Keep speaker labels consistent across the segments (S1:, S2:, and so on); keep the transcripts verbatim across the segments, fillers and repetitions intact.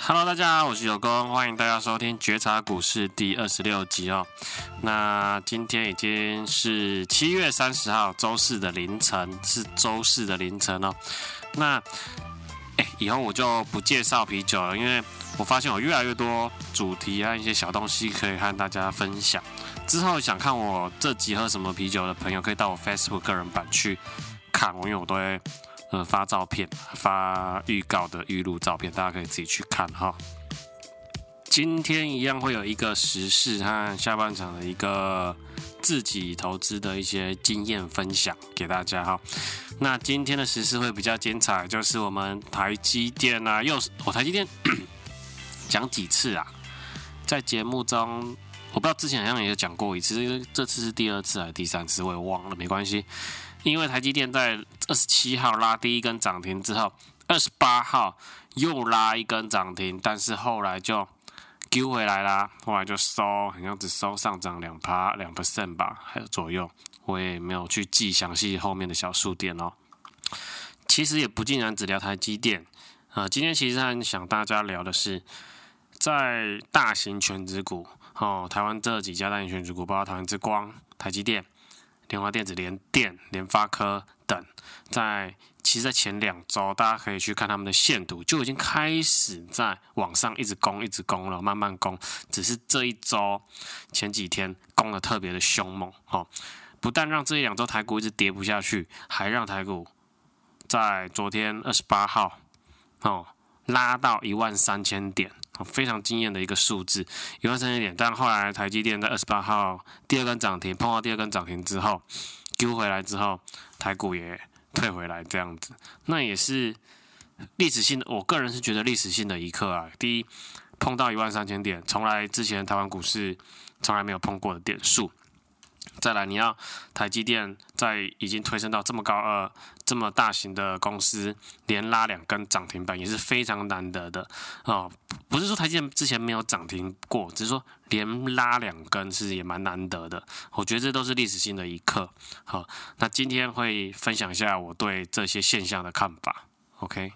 S1: Hello， 大家好，我是有功，欢迎大家收听觉察股市第二十六集哦。那今天已经是七月三十号周四的凌晨，是周四的凌晨哦。那哎，以后我就不介绍啤酒了，因为我发现有越来越多主题和一些小东西可以和大家分享。之后想看我这集喝什么啤酒的朋友，可以到我 Facebook 个人版去看我，因为我都会。呃，发照片，发预告的预录照片，大家可以自己去看哈。今天一样会有一个时事和下半场的一个自己投资的一些经验分享给大家哈。那今天的时事会比较精彩，就是我们台积电啊，又是我台积电讲几次啊？在节目中，我不知道之前好像也讲过一次，因为这次是第二次还是第三次，我也忘了，没关系。因为台积电在二十七号拉第一根涨停之后，二十八号又拉一根涨停，但是后来就丢回来啦，后来就收，好像只收上涨两趴两 percent 吧，还有左右，我也没有去记详细后面的小数点哦。其实也不尽然只聊台积电，呃，今天其实很想大家聊的是，在大型权值股哦，台湾这几家大型权值股，包括台湾之光、台积电。联华电子、联电、联发科等，在其实，在前两周，大家可以去看他们的线图，就已经开始在往上一直攻、一直攻了，慢慢攻。只是这一周前几天攻得特别的凶猛，哦，不但让这一两周台股一直跌不下去，还让台股在昨天二十八号，哦，拉到一万三千点。非常惊艳的一个数字，一万三千点。但后来台积电在二十八号第二根涨停，碰到第二根涨停之后，丢回来之后，台股也退回来这样子。那也是历史性的，我个人是觉得历史性的一刻啊。第一，碰到一万三千点，从来之前台湾股市从来没有碰过的点数。再来，你要台积电在已经推升到这么高呃这么大型的公司，连拉两根涨停板也是非常难得的哦。不是说台积电之前没有涨停过，只是说连拉两根是也蛮难得的。我觉得这都是历史性的一刻。好，那今天会分享一下我对这些现象的看法。OK，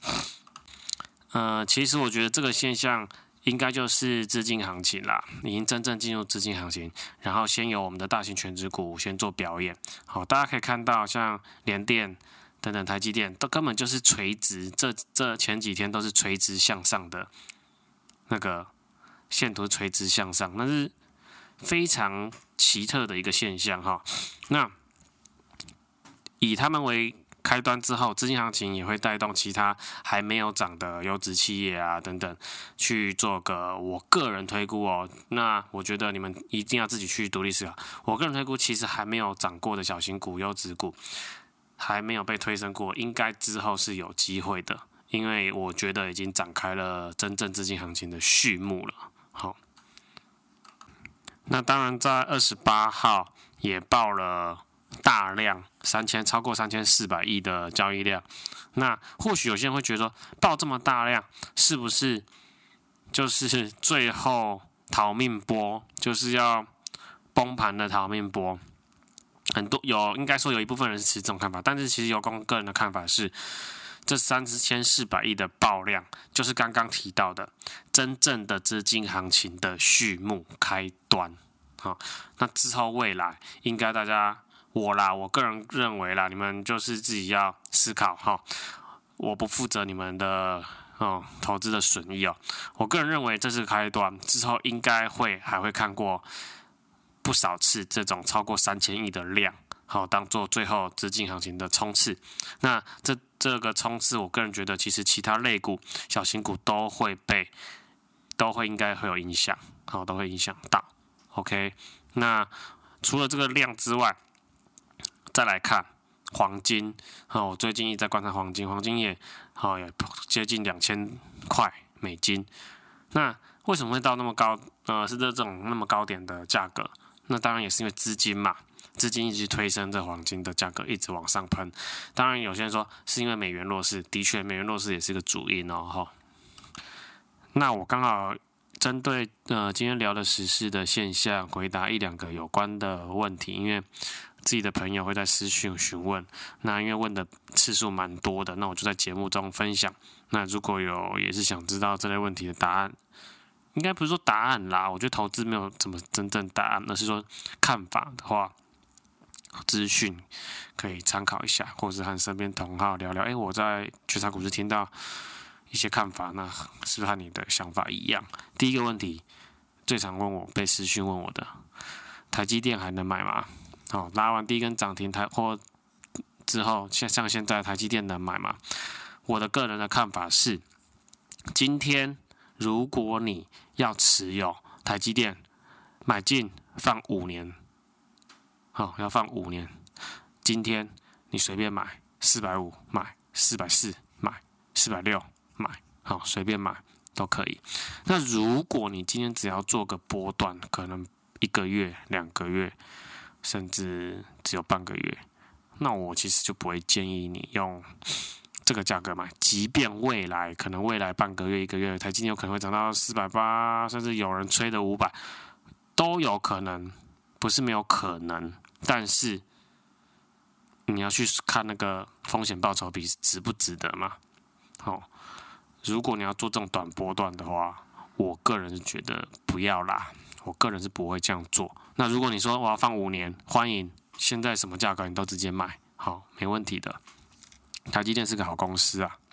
S1: 呃，其实我觉得这个现象。应该就是资金行情啦，已经真正进入资金行情，然后先由我们的大型权值股先做表演。好，大家可以看到，像联电等等、台积电都根本就是垂直，这这前几天都是垂直向上的，那个线图垂直向上，那是非常奇特的一个现象哈。那以他们为开端之后，资金行情也会带动其他还没有涨的优质企业啊等等，去做个我个人推估哦。那我觉得你们一定要自己去独立思考。我个人推估，其实还没有涨过的小型股、优质股，还没有被推升过，应该之后是有机会的，因为我觉得已经展开了真正资金行情的序幕了。好，那当然在二十八号也报了。大量三千超过三千四百亿的交易量，那或许有些人会觉得说，报这么大量，是不是就是最后逃命波，就是要崩盘的逃命波？很多有应该说有一部分人是持这种看法，但是其实有公个人的看法是，这三千四百亿的爆量，就是刚刚提到的真正的资金行情的序幕开端。好，那之后未来应该大家。我啦，我个人认为啦，你们就是自己要思考哈，我不负责你们的哦投资的损益哦。我个人认为这是开端，之后应该会还会看过不少次这种超过三千亿的量，好当做最后资金行情的冲刺。那这这个冲刺，我个人觉得其实其他类股、小型股都会被都会应该会有影响，好都会影响到。OK， 那除了这个量之外。再来看黄金，哦，我最近一直在观察黄金，黄金也，哦，也接近两千块美金。那为什么会到那么高？呃，是这种那么高点的价格？那当然也是因为资金嘛，资金一直推升这黄金的价格一直往上喷。当然有些人说是因为美元弱势，的确美元弱势也是一个主因哦，哈。那我刚好针对呃今天聊的时事的现象，回答一两个有关的问题，因为。自己的朋友会在私讯询问，那因为问的次数蛮多的，那我就在节目中分享。那如果有也是想知道这类问题的答案，应该不是说答案啦，我觉得投资没有怎么真正答案，而是说看法的话，资讯可以参考一下，或是和身边同好聊聊。哎，我在觉察股市听到一些看法，那是不是和你的想法一样？第一个问题，最常问我被私讯问我的，台积电还能买吗？好，拉完第一根涨停台或之后，像像现在台积电能买吗？我的个人的看法是，今天如果你要持有台积电，买进放五年，好，要放五年。今天你随便买，四百五买，四百四买，四百六买，好，随便买都可以。那如果你今天只要做个波段，可能一个月、两个月，甚至只有半个月，那我其实就不会建议你用这个价格买。即便未来可能未来半个月、一个月，台积电有可能会涨到四百八，甚至有人吹的五百，都有可能，不是没有可能。但是你要去看那个风险报酬比值不值得嘛？好、哦，如果你要做这种短波段的话，我个人是觉得不要啦，我个人是不会这样做。那如果你说我要放五年，欢迎，现在什么价格你都直接买，好，没问题的。台积电是个好公司啊。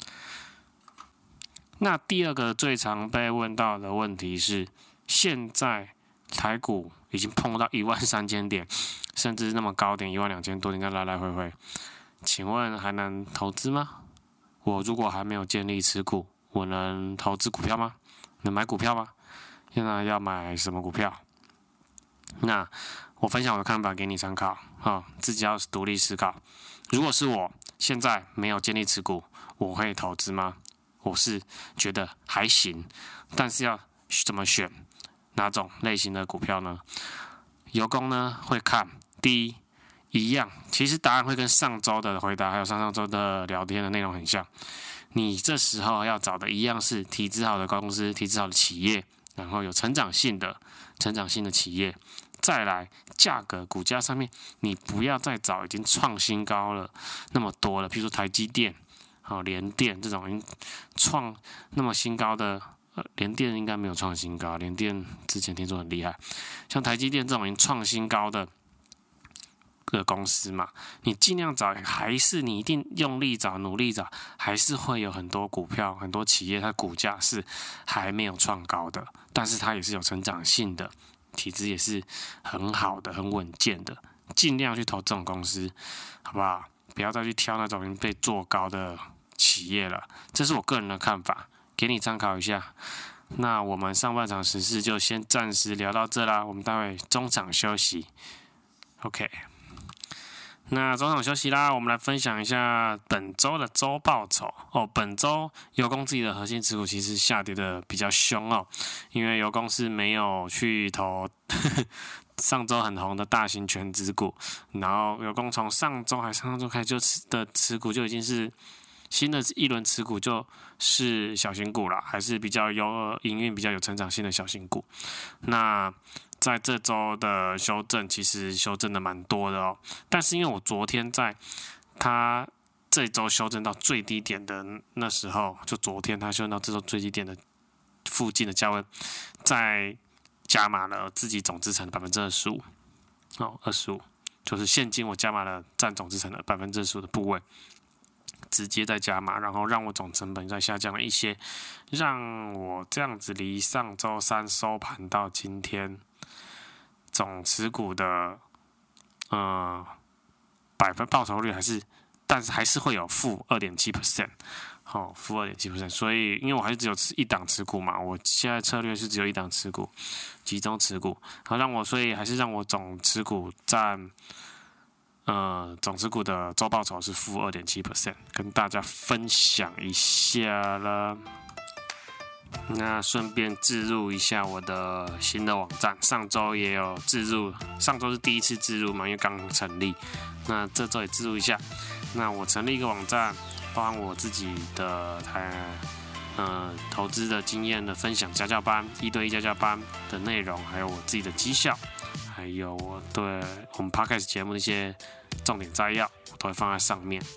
S1: 那第二个最常被问到的问题是，现在台股已经碰到一万三千点，甚至那么高点一万两千多点，在来来回回，请问还能投资吗？我如果还没有建立持股，我能投资股票吗？能买股票吗？现在要买什么股票？那我分享我的看法给你参考，啊，自己要独立思考。如果是我现在没有建立持股，我会投资吗？我是觉得还行，但是要怎么选？哪种类型的股票呢？油工呢会看，第一，一样，其实答案会跟上周的回答还有上上周的聊天的内容很像。你这时候要找的一样是体质好的公司、体质好的企业，然后有成长性的、成长性的企业。再来，价格、股价上面，你不要再找已经创新高了那么多了，譬如说台积电、好联电这种已经创那么新高的。联电应该没有创新高，联电之前听说很厉害。像台积电这种已经创新高的个公司嘛，你尽量找，还是你一定用力找、努力找，还是会有很多股票、很多企业，它股价是还没有创高的，但是它也是有成长性的，体质也是很好的、很稳健的，尽量去投这种公司，好不好？不要再去挑那种已经被做高的企业了，这是我个人的看法。给你参考一下。那我们上半场时事就先暂时聊到这啦，我们待会中场休息。OK， 那中场休息啦，我们来分享一下本周的周报酬哦。本周油公自己的核心持股其实下跌的比较凶哦，因为油公是没有去投呵呵上周很红的大型全指股，然后油公从上周还上周开始就持的持股就已经是。新的一轮持股就是小型股啦，还是比较有营运、比较有成长性的小型股。那在这周的修正，其实修正的蛮多的哦。但是因为我昨天在它这周修正到最低点的那时候，就昨天它修正到这周最低点的附近的价位，在加码了自己总资产的百分之二十五，哦，二十五就是现金我加码了占总资产的百分之二十五的部位。直接再加码，然后让我总成本再下降了一些，让我这样子离上周三收盘到今天总持股的呃百分报酬率还是，但是还是会有负二点七 percent， 好，负二点七 percent， 所以因为我还是只有持一档持股嘛，我现在策略是只有一档持股，集中持股，好让我所以还是让我总持股占。呃，总持股的周报酬是负 二点七 percent， 跟大家分享一下啦。那顺便置入一下我的新的网站，上周也有置入，上周是第一次置入嘛，因为刚成立。那这周也置入一下。那我成立一个网站，包含我自己的台呃投资的经验的分享，家教班、一对一家教班的内容，还有我自己的绩效。还有我对我们 Podcast 节目的一些重点摘要，我都会放在上面。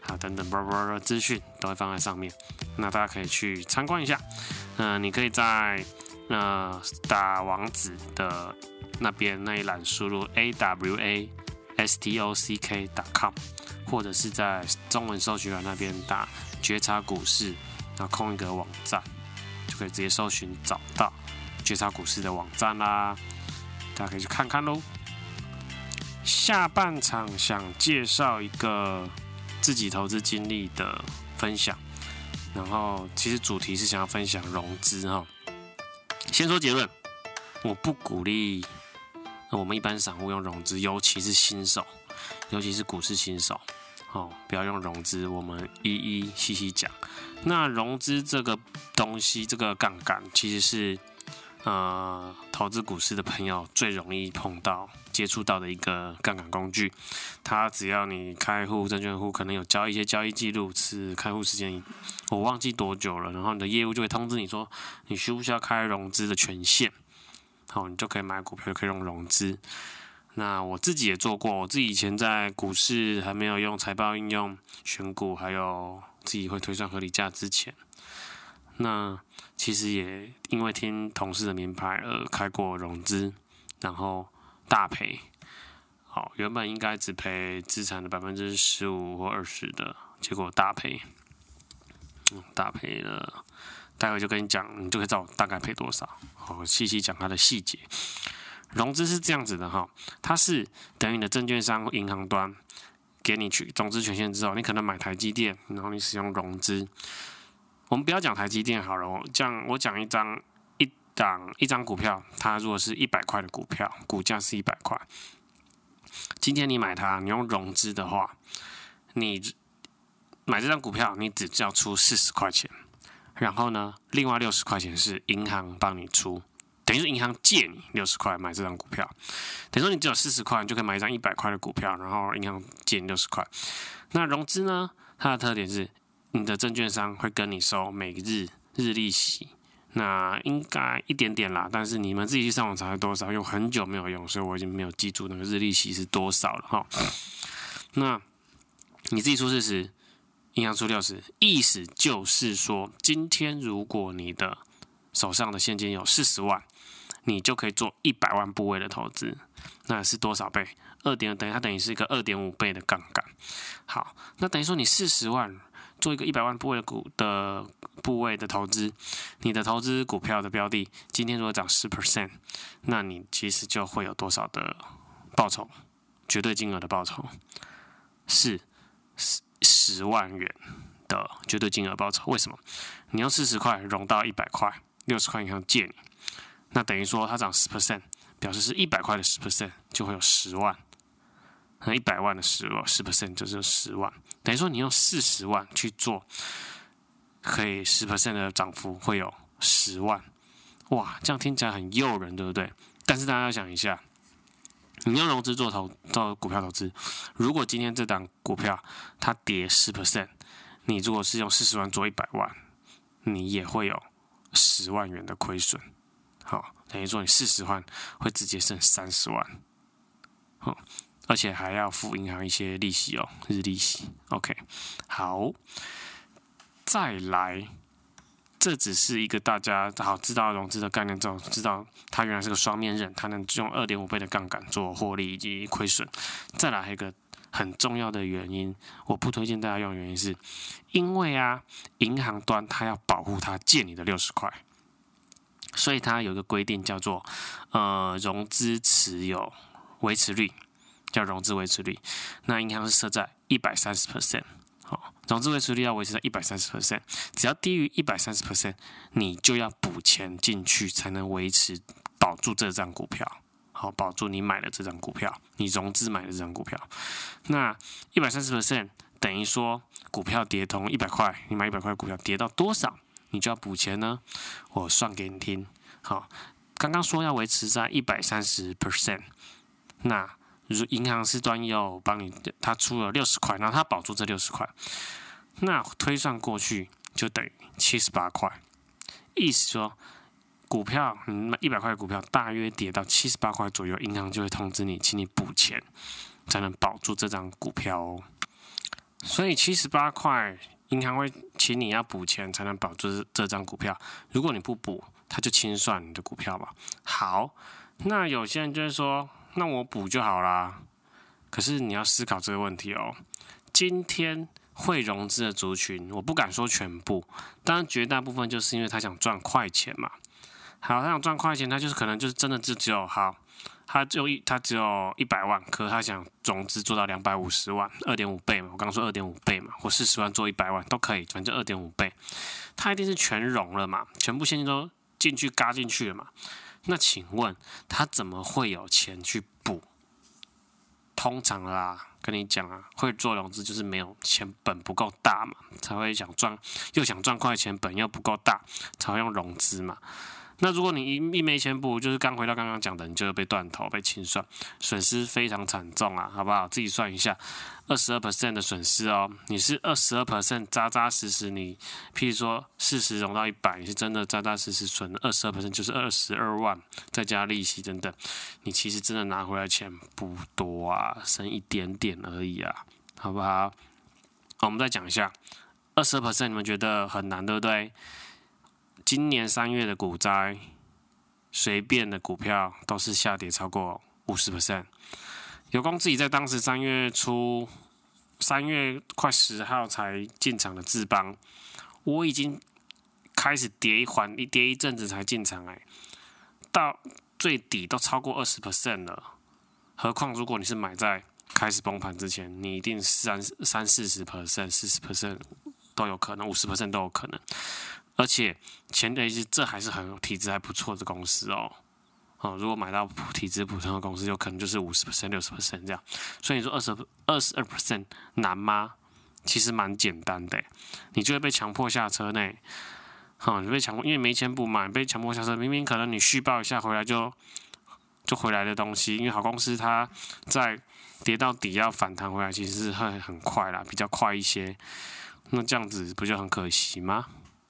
S1: 啊等等，叭叭的资讯都会放在上面，那大家可以去参观一下。嗯、呃，你可以在呃打网址的那边那一栏输入 a w a s t o c k 点 com， 或者是在中文搜寻栏那边打觉察股市，然后空一个网站，就可以直接搜寻找到觉察股市的网站啦，大家可以去看看咯。下半场想介绍一个自己投资经历的分享，然后其实主题是想要分享融资哈。先说结论，我不鼓励我们一般散户用融资，尤其是新手，尤其是股市新手，哦，不要用融资。我们一一细细讲。那融资这个东西，这个杠杆，其实是呃投资股市的朋友最容易碰到、接触到的一个杠杆工具。它只要你开户证券户，可能有交一些交易记录，是开户时间我忘记多久了，然后你的业务就会通知你说，你需不需要开融资的权限。好，你就可以买股票，就可以用融资。那我自己也做过，我自己以前在股市还没有用财报应用选股，还有自己会推算合理价之前，那其实也因为听同事的名牌而开过融资，然后大赔。好，原本应该只赔资产的百分之十五或二十的，结果大赔，嗯，大赔了。待会就跟你讲，你就可以知道我大概赔多少。好，细细讲它的细节。融资是这样子的哈，它是等于你的证券商或银行端给你去融资权限之后，你可能买台积电，然后你使用融资。我们不要讲台积电好了，我讲我讲一张一档一张股票，它如果是一百块的股票，股价是一百块，今天你买它，你用融资的话，你买这张股票，你只要出四十块钱。然后呢，另外六十块钱是银行帮你出，等于是银行借你六十块买这张股票，等于说你只有四十块，你就可以买一张一百块的股票，然后银行借你六十块。那融资呢，它的特点是你的证券商会跟你收每日日利息，那应该一点点啦，但是你们自己去上网查是多少，因为我很久没有用，所以我已经没有记住那个日利息是多少了哈。那你自己出四十。银行出六十，意思就是说，今天如果你的手上的现金有四十万，你就可以做一百万部位的投资，那是多少倍？二点等于它等于是一个二点五倍的杠杆。好，那等于说你四十万做一个一百万部位的股的部位的投资，你的投资股票的标的今天如果涨十 percent， 那你其实就会有多少的报酬？绝对金额的报酬是十万元的绝对金额报酬。为什么？你用四十块融到一百块，六十块银行借你，那等于说它涨十 percent， 表示是一百块的十 percent 就会有十万，那一百万的十 percent 就是十万，等于说你用四十万去做，可以十 percent 的涨幅会有十万，哇，这样听起来很诱人，对不对？但是大家要想一下。你用融资做投做股票投资，如果今天这档股票它跌十 percent， 你如果是用四十万做一百万，你也会有十万元的亏损。好，等于说你四十万会直接剩三十万，好，而且还要付银行一些利息哦，日利息。OK， 好，再来。这只是一个大家好知道融资的概念之后，知道它原来是个双面刃，它能用 二点五 倍的杠杆做获利以及亏损。再来还有一个很重要的原因，我不推荐大家用的原因是，因为啊，银行端它要保护它借你的六十块，所以它有一个规定叫做呃融资持有维持率，叫融资维持率。那银行是设在一百三十 percent。好，融资维持率要维持在 百分之一百三十， 只要低于 百分之一百三十， 你就要补钱进去才能维持保住这张股票。好，保住你买的这张股票，你融资买的这张股票。那 百分之一百三十 等于说股票跌从一百块，你买一百块股票跌到多少，你就要补钱呢？我算给你听。好，刚刚说要维持在 百分之一百三十， 那如银行是端有帮你，他出了六十块，然后他保住这六十块，那推算过去就等于七十八块。意思说，股票你买一百块的股票，大约跌到七十八块左右，银行就会通知你，请你补钱，才能保住这张股票哦。 所以七十八块，银行会请你要补钱才能保住这张股票。如果你不补，他就清算你的股票嘛。好，那有些人就是说，那我补就好啦。可是你要思考这个问题哦。今天会融资的族群，我不敢说全部，当然绝大部分就是因为他想赚快钱嘛。好，他想赚快钱，他就是可能就是真的就只有好，他只有一他只有一百万，可是他想融资做到两百五十万，二点五倍嘛。我刚刚说二点五倍嘛，或四十万做一百万都可以，反正二点五倍，他一定是全融了嘛，全部现金都进去嘎进去了嘛。那请问他怎么会有钱去补？通常啦，跟你讲啊，会做融资就是没有钱本不够大嘛，才会想赚，又想赚快钱，本又不够大，才会用融资嘛。那如果你一一没钱补，就是刚回到刚刚讲的，你就会被断头、被清算，损失非常惨重啊，好不好？自己算一下， 百分之二十二 的损失哦，你是 百分之二十二 扎扎实实，你譬如说四十融到一百，你是真的扎扎实实存了 百分之二十二， 就是二十二万，再加利息等等，你其实真的拿回来钱不多啊，剩一点点而已啊，好不好？好，我们再讲一下 百分之二十二， 你们觉得很难对不对？今年三月的股灾，随便的股票都是下跌超过 百分之五十。有功自己在当时三月初，三月快十号才进场的智邦，我已经开始跌一环，一跌一阵子才进场哎，到最底都超过 百分之二十 了。何况如果你是买在开始崩盘之前，你一定三三四十 percent、四十 percent 都有可能， 百分之五十 都有可能。而且前提是这还是很体质还不错的公司哦。哦，如果买到体质普通的公司，有可能就是 百分之五十、六十 percent 这样。所以你说 百分之二十二 percent 难吗？其实蛮简单的，你就会被强迫下车呢。好、哦，你被强迫，因为没钱补嘛，被强迫下车。明明可能你续报一下回来就就回来的东西，因为好公司它在跌到底要反弹回来，其实是会很快啦，比较快一些。那这样子不就很可惜吗？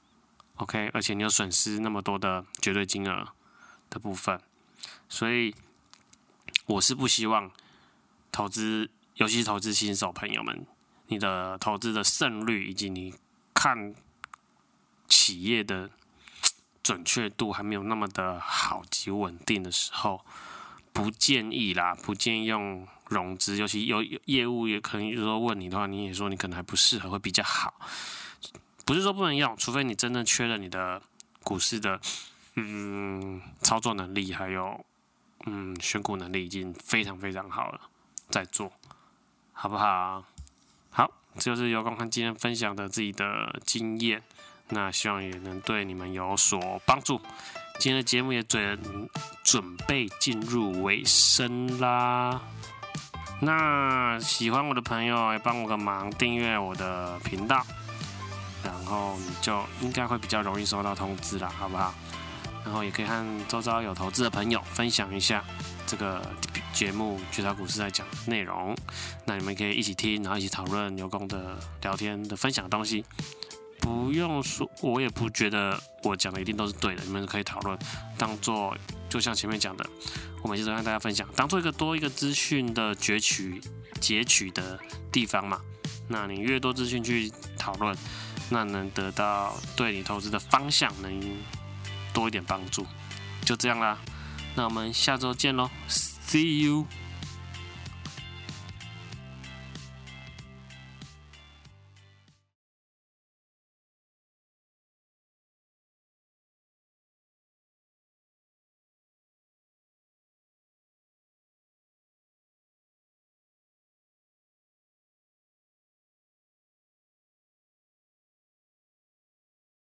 S1: OK， 而且你有损失那么多的绝对金额的部分，所以我是不希望投资，尤其是投资新手朋友们，你的投资的胜率以及你看企业的准确度还没有那么的好及稳定的时候，不建议啦，不建议用融资，尤其有业务也可能就是说问你的话，你也说你可能还不适合，会比较好。不是说不能用，除非你真的缺了你的股市的嗯操作能力，还有嗯选股能力已经非常非常好了，再做，好不好？好，这就是由光看今天分享的自己的经验，那希望也能对你们有所帮助。今天的节目也准准备进入尾声啦。那喜欢我的朋友也帮我个忙，订阅我的频道。然后你就应该会比较容易收到通知啦，好不好？然后也可以和周遭有投资的朋友分享一下这个节目《绝招股市》在讲的内容，那你们可以一起听，然后一起讨论牛工的聊天的分享的东西。不用说，我也不觉得我讲的一定都是对的，你们可以讨论，当做就像前面讲的，我每次都跟大家分享，当做一个多一个资讯的攫取、截取的地方嘛。那你越多资讯去讨论，那能得到对你投资的方向能多一点帮助，就这样啦。那我们下周见咯 ，See you。